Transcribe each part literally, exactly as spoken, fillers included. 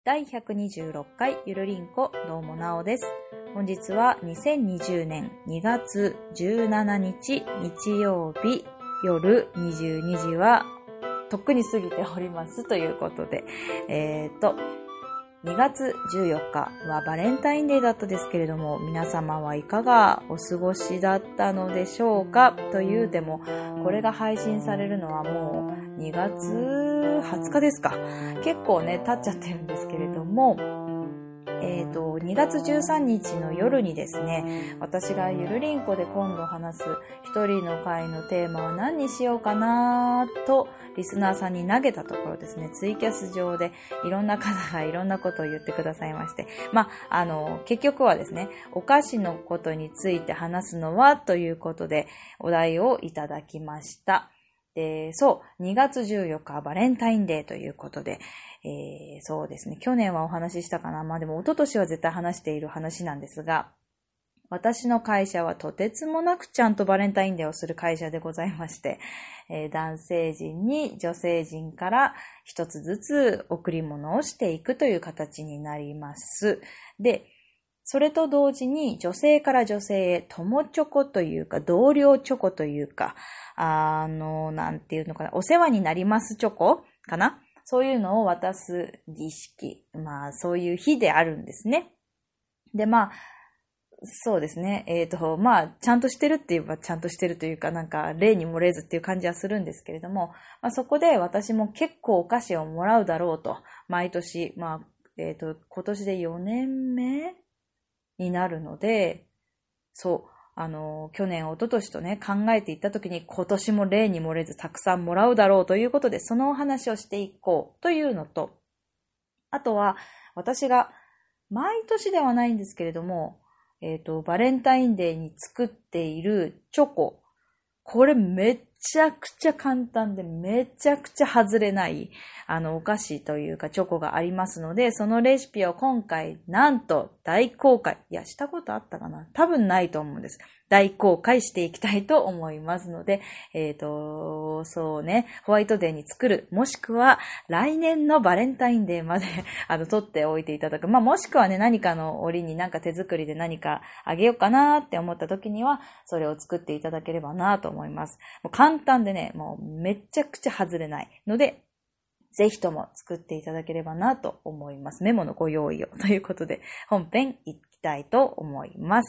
だいひゃくにじゅうろっかいゆるりんこ、どうもなおです。本日はにせんにじゅうねんにがつじゅうしちにち日曜日夜にじゅうにじはとっくに過ぎておりますということで、えーと、にがつじゅうよっかはバレンタインデーだったですけれども、皆様はいかがお過ごしだったのでしょうか。というでも、これが配信されるのはもうにがつはつかですか。結構ね、経っちゃってるんですけれども、えーと、にがつじゅうさんにちの夜にですね、私がゆるりんこで今度話す一人の会のテーマは何にしようかなとリスナーさんに投げたところですね、ツイキャス上でいろんな方がいろんなことを言ってくださいまして、まあ、あの、結局はですね、お菓子のことについて話すのはということでお題をいただきました。で、そう、にがつじゅうよっかはバレンタインデーということで、えー、そうですね、去年はお話ししたかな。まあでも一昨年は絶対話している話なんですが、私の会社はとてつもなくちゃんとバレンタインデーをする会社でございまして、えー、男性陣に女性陣から一つずつ贈り物をしていくという形になります。で、それと同時に女性から女性へ友チョコというか同僚チョコというか、あの、なんていうのかな、お世話になりますチョコかな、そういうのを渡す儀式、まあそういう日であるんですね。で、まあ、そうですね。えっと、まあ、ちゃんとしてるって言えばちゃんとしてるというか、なんか、例に漏れずっていう感じはするんですけれども、まあそこで私も結構お菓子をもらうだろうと、毎年、まあ、えっと、今年でよねんめになるので、そう、あの、去年、一昨年とね、考えていったときに今年も例に漏れずたくさんもらうだろうということで、そのお話をしていこうというのと、あとは、私が毎年ではないんですけれども、えっと、バレンタインデーに作っているチョコ、これめちゃくちゃ簡単でめちゃくちゃ外れないあのお菓子というかチョコがありますので、そのレシピを今回なんと大公開、いやしたことあったかな、多分ないと思うんです。大公開していきたいと思いますので、えっと、そうね、ホワイトデーに作る、もしくは来年のバレンタインデーまであの取っておいていただく。まあもしくはね、何かの折になんか手作りで何かあげようかなって思った時には、それを作っていただければなと思います。もう簡単でね、もうめちゃくちゃ外れないので、ぜひとも作っていただければなと思います。メモのご用意をということで、本編いきたいと思います。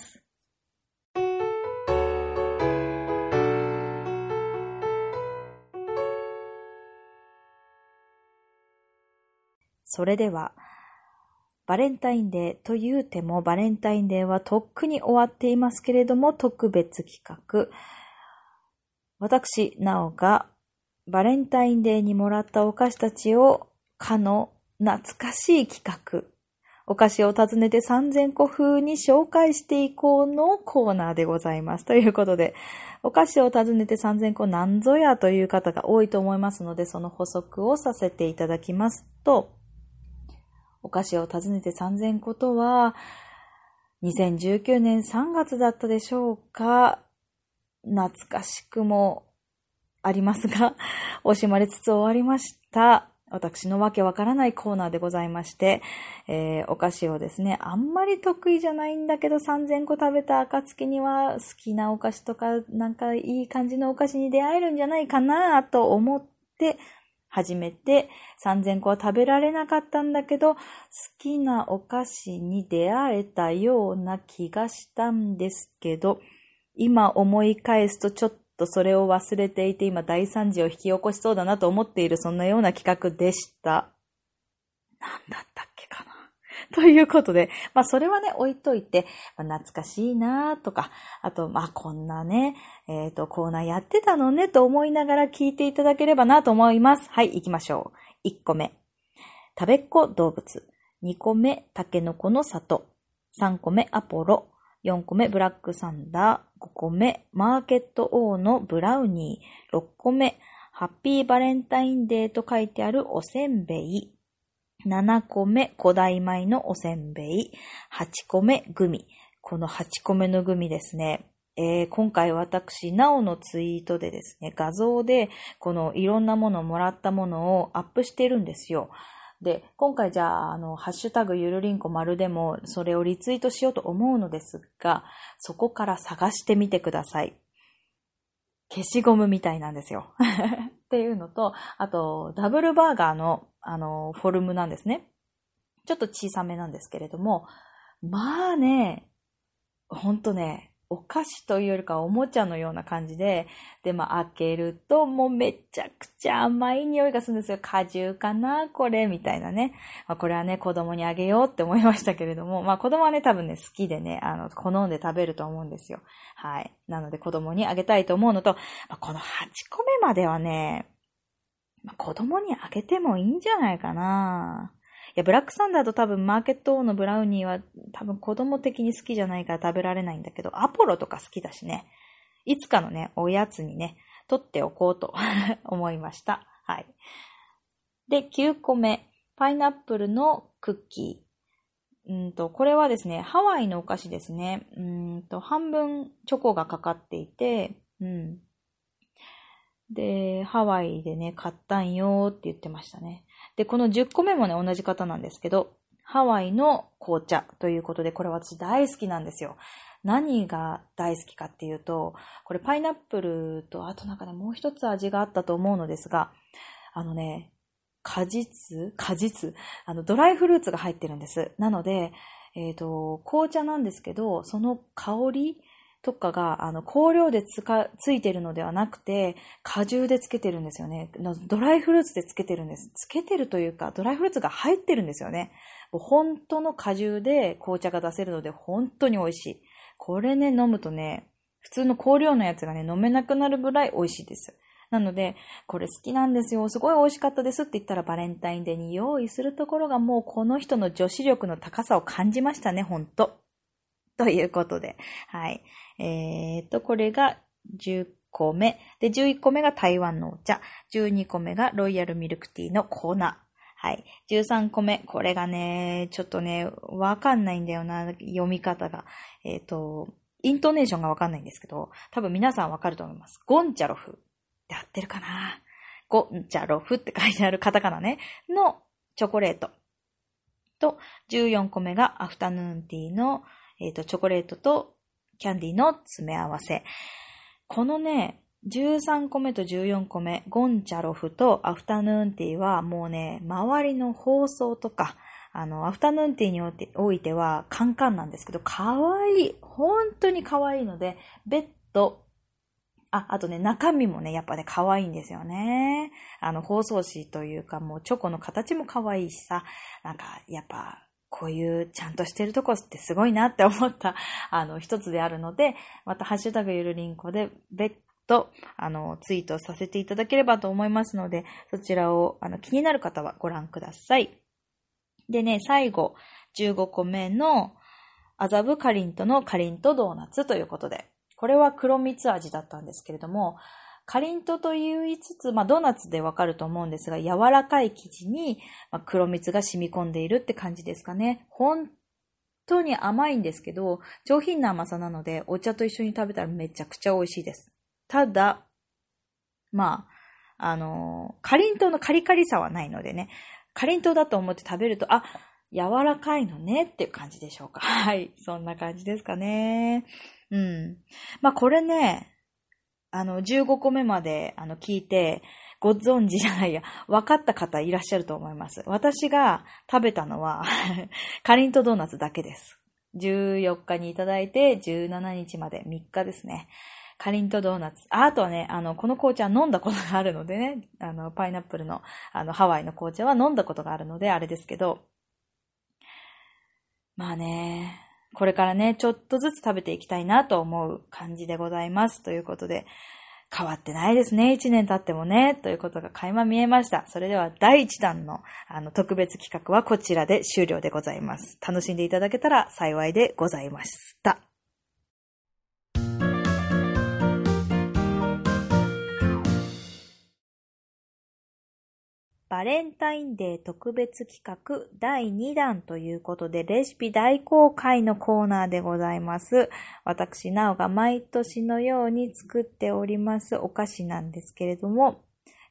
それでは、バレンタインデーというても、バレンタインデーはとっくに終わっていますけれども、特別企画。私、なおが、バレンタインデーにもらったお菓子たちを、かの懐かしい企画。お菓子を訪ねてさんぜんこ風に紹介していこうのコーナーでございます。ということで、お菓子を訪ねてさんぜんこなんぞやという方が多いと思いますので、その補足をさせていただきますと、お菓子を訪ねてさんぜんことは、にせんじゅうきゅうねんさんがつだったでしょうか。懐かしくもありますが、惜しまれつつ終わりました。私のわけわからないコーナーでございまして、えー、お菓子をですね、あんまり得意じゃないんだけどさんぜんこ食べた暁には好きなお菓子とかなんかいい感じのお菓子に出会えるんじゃないかなと思って始めてさんぜんこは食べられなかったんだけど好きなお菓子に出会えたような気がしたんですけど、今思い返すとちょっとそれを忘れていて今大惨事を引き起こしそうだなと思っているそんなような企画でした。なんだったっけかなということで、まあそれはね置いといて、まあ、懐かしいなとか、あとまあこんなね、えっとコーナーやってたのねと思いながら聞いていただければなと思います。はい、行きましょう。いっこめ、食べっ子動物。にこめ、タケノコの里。さんこめ、アポロ。よんこめ、ブラックサンダー。ごこめ、マーケット王のブラウニー。ろっこめ、ハッピーバレンタインデーと書いてあるおせんべい。ななこめ、古代米のおせんべい。はちこめ、グミ。このはちこめのグミですね。えー、今回私、なおのツイートでですね、画像でこのいろんなものをもらったものをアップしてるんですよ。 で、今回じゃあ、あの、ハッシュタグゆるりんこ丸でもそれをリツイートしようと思うのですが、そこから探してみてください。消しゴムみたいなんですよ。っていうのと、あと、ダブルバーガーの、あの、フォルムなんですね。ちょっと小さめなんですけれども、まあね、ほんとね、お菓子というよりかおもちゃのような感じで、で、まあ、開けるともうめちゃくちゃ甘い匂いがするんですよ。果汁かなこれみたいなね。まあ、これはね、子供にあげようって思いましたけれども、まあ、子供はね、多分ね、好きでね、あの、好んで食べると思うんですよ。はい。なので、子供にあげたいと思うのと、まあ、このはちこめまではね、まあ、子供にあげてもいいんじゃないかな。いや、ブラックサンダーと多分マーケット王のブラウニーは多分子供的に好きじゃないから食べられないんだけど、アポロとか好きだしね。いつかのね、おやつにね、取っておこうと思いました。はい。で、きゅうこめ。パイナップルのクッキー。うんと、これはですね、ハワイのお菓子ですね。うんと、半分チョコがかかっていて、うん。で、ハワイでね、買ったんよーって言ってましたね。で、このじゅっこめもね、同じ方なんですけど、ハワイの紅茶ということで、これ私大好きなんですよ。何が大好きかっていうと、これパイナップルと、あとなんかね、もう一つ味があったと思うのですが、あのね、果実果実あの、ドライフルーツが入ってるんです。なので、えっと、紅茶なんですけど、その香りとかが、あの、香料でつか、ついてるのではなくて、果汁でつけてるんですよね。ドライフルーツでつけてるんです。つけてるというか、ドライフルーツが入ってるんですよね。本当の果汁で紅茶が出せるので、本当に美味しい。これね、飲むとね、普通の香料のやつがね、飲めなくなるぐらい美味しいです。なので、これ好きなんですよ。すごい美味しかったですって言ったらバレンタインデーに用意するところがもうこの人の女子力の高さを感じましたね、ほんと。ということで。はい。えーっと、これがじゅっこめ。で、じゅういっこめが台湾のお茶。じゅうにこめがロイヤルミルクティーの粉。はい。じゅうさんこめ。これがね、ちょっとね、わかんないんだよな、読み方が。えーっと、イントネーションがわかんないんですけど、多分皆さんわかると思います。ゴンチャロフって合ってるかな？ゴンチャロフって書いてあるカタカナね。のチョコレート。と、じゅうよんこめがアフタヌーンティーのえっと、チョコレートとキャンディーの詰め合わせ。このね、じゅうさんこめとじゅうよんこめ、ゴンチャロフとアフタヌーンティーはもうね、周りの包装とか、あの、アフタヌーンティーにおいてはカンカンなんですけど、かわいい。本当にかわいいので、別途、あ、あとね、中身もね、やっぱね、可愛いんですよね。あの、包装紙というか、もうチョコの形も可愛いしさ、なんか、やっぱ、こういうちゃんとしてるとこってすごいなって思った、あの、一つであるので、またハッシュタグゆるりんこで別途、あの、ツイートさせていただければと思いますので、そちらを、あの、気になる方はご覧ください。でね、最後、じゅうごこめの麻布かりんとのかりんとドーナツということで、これは黒蜜味だったんですけれども、かりんとと言いつつ、まあ、ドーナツでわかると思うんですが、柔らかい生地に、まあ、黒蜜が染み込んでいるって感じですかね。本当に甘いんですけど、上品な甘さなので、お茶と一緒に食べたらめちゃくちゃ美味しいです。ただ、まあ、あの、かりんとうのカリカリさはないのでね、かりんとうだと思って食べると、あ、柔らかいのねっていう感じでしょうか。はい。そんな感じですかね。うん。まあ、これね、あの、じゅうごこめまで、あの、聞いて、ご存知じゃないや、分かった方いらっしゃると思います。私が食べたのは、かりんとドーナツだけです。じゅうよっかにいただいて、じゅうしちにちまでみっかですね。かりんとドーナツ。あ、あとはね、あの、この紅茶飲んだことがあるのでね、あの、パイナップルの、あの、ハワイの紅茶は飲んだことがあるので、あれですけど、まあね、これからね、ちょっとずつ食べていきたいなと思う感じでございます。ということで、変わってないですね。一年経ってもね。ということが垣間見えました。それではだいいちだんのあの特別企画はこちらで終了でございます。楽しんでいただけたら幸いでございました。バレンタインデー特別企画だいにだんということでレシピ大公開のコーナーでございます。私、なおが毎年のように作っておりますお菓子なんですけれども、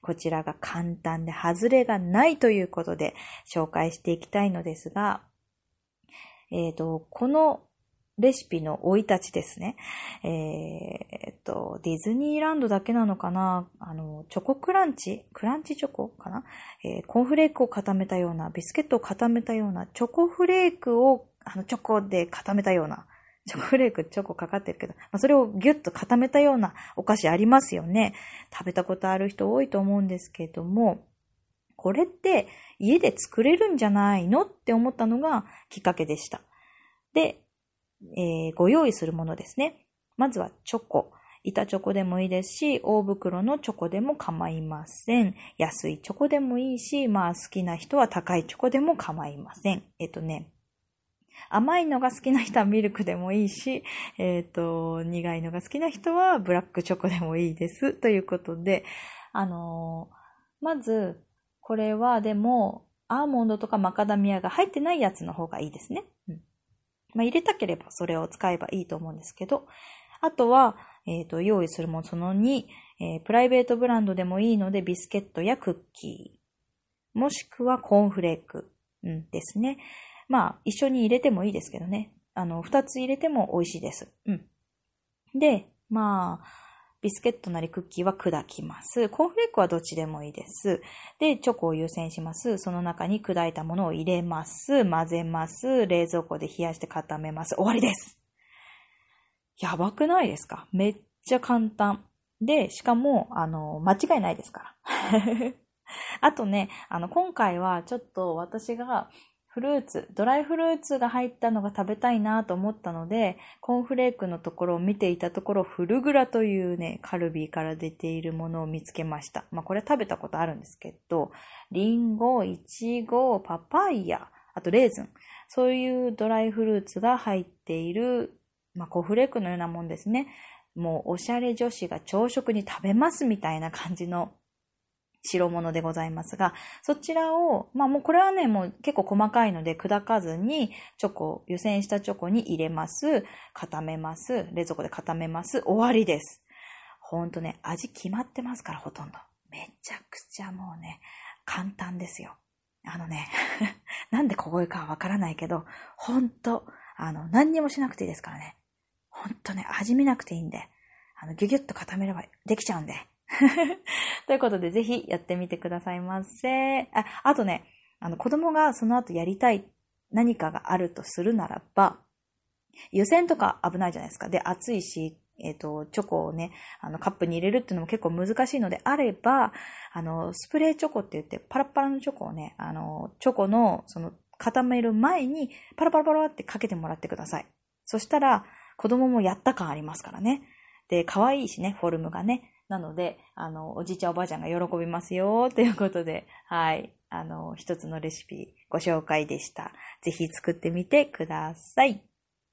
こちらが簡単で外れがないということで紹介していきたいのですが、えっと、このレシピの生い立ちですね。えっと、ディズニーランドだけなのかな、あの、チョコクランチクランチチョコかな、えー、コーンフレークを固めたような、ビスケットを固めたような、チョコフレークを、あの、チョコで固めたような、チョコフレーク、チョコかかってるけど、まあ、それをギュッと固めたようなお菓子ありますよね。食べたことある人多いと思うんですけども、これって家で作れるんじゃないのって思ったのがきっかけでした。で、えー、ご用意するものですね。まずはチョコ。板チョコでもいいですし、大袋のチョコでも構いません。安いチョコでもいいし、まあ好きな人は高いチョコでも構いません。えっとね、甘いのが好きな人はミルクでもいいし、えっと、苦いのが好きな人はブラックチョコでもいいです。ということで、あのー、まず、これはでも、アーモンドとかマカダミアが入ってないやつの方がいいですね。うん。まあ、入れたければそれを使えばいいと思うんですけど、あとは、えっと、用意するものそのに、えー、プライベートブランドでもいいので、ビスケットやクッキー、もしくはコーンフレーク、うん、ですね。まあ、一緒に入れてもいいですけどね。あの、二つ入れても美味しいです。うん。で、まあ、ビスケットなりクッキーは砕きます。コーンフレークはどっちでもいいです。で、チョコを優先します。その中に砕いたものを入れます。混ぜます。冷蔵庫で冷やして固めます。終わりです。やばくないですか？めっちゃ簡単。で、しかも、あの、間違いないですから。あとね、あの、今回はちょっと私がフルーツ、ドライフルーツが入ったのが食べたいなと思ったので、コーンフレークのところを見ていたところ、フルグラというね、カルビーから出ているものを見つけました。まあこれ食べたことあるんですけど、リンゴ、イチゴ、パパイヤ、あとレーズン、そういうドライフルーツが入っている、まあコーンフレークのようなもんですね。もうおしゃれ女子が朝食に食べますみたいな感じの白物でございますが、そちらを、まあもうこれはね、もう結構細かいので砕かずに、チョコ、湯煎したチョコに入れます。固めます。冷蔵庫で固めます。終わりです。ほんとね、味決まってますから、ほとんど。めちゃくちゃもうね、簡単ですよ。あのね、なんで小声かはわからないけど、ほんと、あの、何にもしなくていいですからね。ほんとね、味見なくていいんで、あの、ギュギュッと固めればできちゃうんで。ということで、ぜひやってみてくださいませ。あ、あとね、あの、子供がその後やりたい何かがあるとするならば、湯煎とか危ないじゃないですか。で、熱いし、えっと、チョコをね、あの、カップに入れるっていうのも結構難しいのであれば、あの、スプレーチョコって言って、パラパラのチョコをね、あの、チョコの、その、固める前に、パラパラパラってかけてもらってください。そしたら、子供もやった感ありますからね。で、可愛いしね、フォルムがね。なので、あの、おじいちゃんおばあちゃんが喜びますよ、ということで、はい。あの、一つのレシピご紹介でした。ぜひ作ってみてください。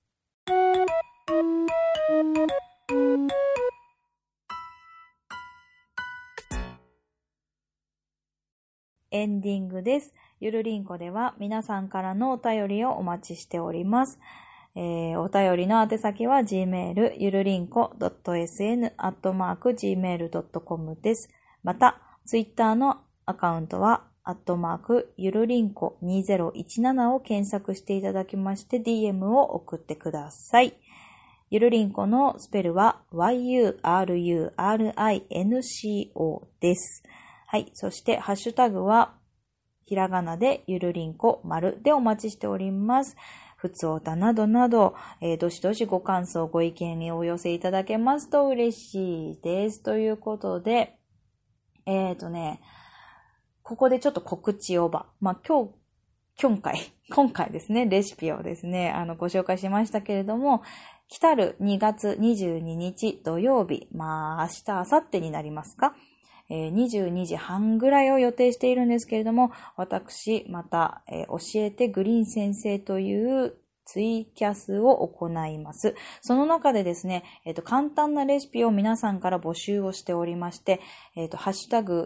エンディングです。ゆるりんこでは皆さんからのお便りをお待ちしております。えー、お便りの宛先は Gmail ゆるりんこ .sn アットマーク ジーメール ドットコム です。また、ツイッターのアカウントはアットマークゆるりんこにせんじゅうななを検索していただきまして ディーエム を送ってください。ゆるりんこのスペルは ワイユーアールユーアールアイエヌシーオー です。はい。そして、ハッシュタグは、ひらがなでゆるりんこ丸でお待ちしております。ふつおたなどなど、えー、どしどしご感想、ご意見にお寄せいただけますと嬉しいです。ということで、えっとね、ここでちょっと告知をば。まあ、今日、今回、今回ですね、レシピをですね、あの、ご紹介しましたけれども、来たるにがつにじゅうににち土曜日、まあ、明日、明後日になりますか、えー、にじゅうにじはんぐらいを予定しているんですけれども、私、また、えー、教えてグリーン先生というツイキャスを行います。その中でですね、えっと、簡単なレシピを皆さんから募集をしておりまして、えっと、ハッシュタグ、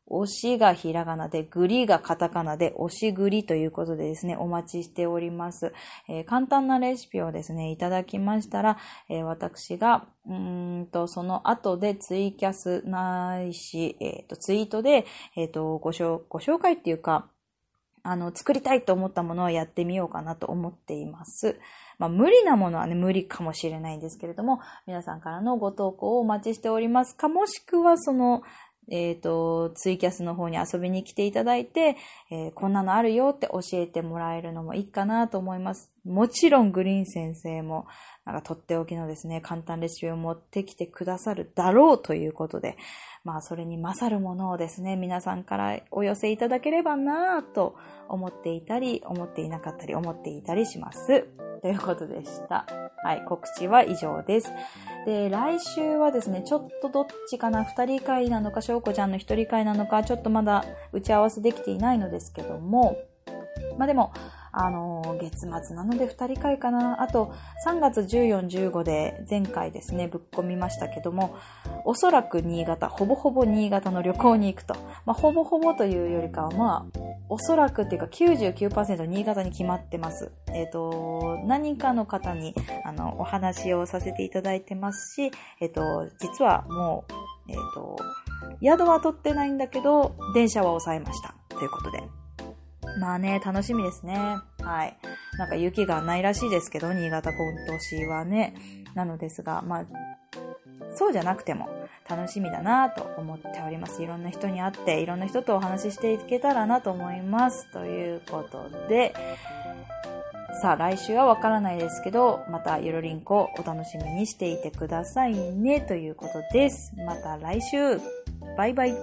推しがひらがなで、ぐりがカタカナで、推しぐりということでですね、お待ちしております。えー、簡単なレシピをですね、いただきましたら、えー、私が、うーんと、その後でツイキャスないし、えっと、ツイートで、えっと、ご紹、ご紹介っていうか、あの、作りたいと思ったものをやってみようかなと思っています。まあ、無理なものはね、無理かもしれないんですけれども、皆さんからのご投稿をお待ちしておりますか、もしくはその、えっと、ツイキャスの方に遊びに来ていただいて、えー、こんなのあるよって教えてもらえるのもいいかなと思います。もちろんグリーン先生も、なんかとっておきのですね、簡単レシピを持ってきてくださるだろうということで、まあそれに勝るものをですね、皆さんからお寄せいただければなぁと思っていたり、思っていなかったり、思っていたりします。ということでした。はい、告知は以上です。で、来週はですね、ちょっとどっちかな、二人会なのか、しょうこちゃんの一人会なのか、ちょっとまだ打ち合わせできていないのですけども、まあでも、あのー、月末なので二人会かな。あと、さんがつじゅうよっか、じゅうごで前回ですね、ぶっ込みましたけども、おそらく新潟、ほぼほぼ新潟の旅行に行くと。まあ、ほぼほぼというよりかは、まあ、おそらくっていうか きゅうじゅうきゅうパーセント 新潟に決まってます。えっと、何かの方に、あの、お話をさせていただいてますし、えっと、実はもう、えっと、宿は取ってないんだけど、電車は抑えました。ということで。まあね、楽しみですね。はい。なんか雪がないらしいですけど、新潟今年はね。なのですが、まあ、そうじゃなくても楽しみだなと思っております。いろんな人に会って、いろんな人とお話ししていけたらなと思います。ということで、さあ来週はわからないですけど、またゆるりんこお楽しみにしていてくださいねということです。また来週。バイバイ。い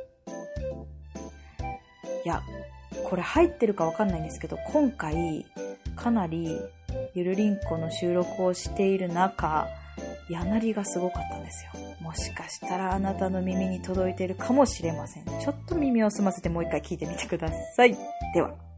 や、これ入ってるかわかんないんですけど、今回かなりゆるりんこの収録をしている中、やなりがすごかったんですよ。もしかしたらあなたの耳に届いているかもしれません。ちょっと耳を澄ませてもう一回聞いてみてください。では。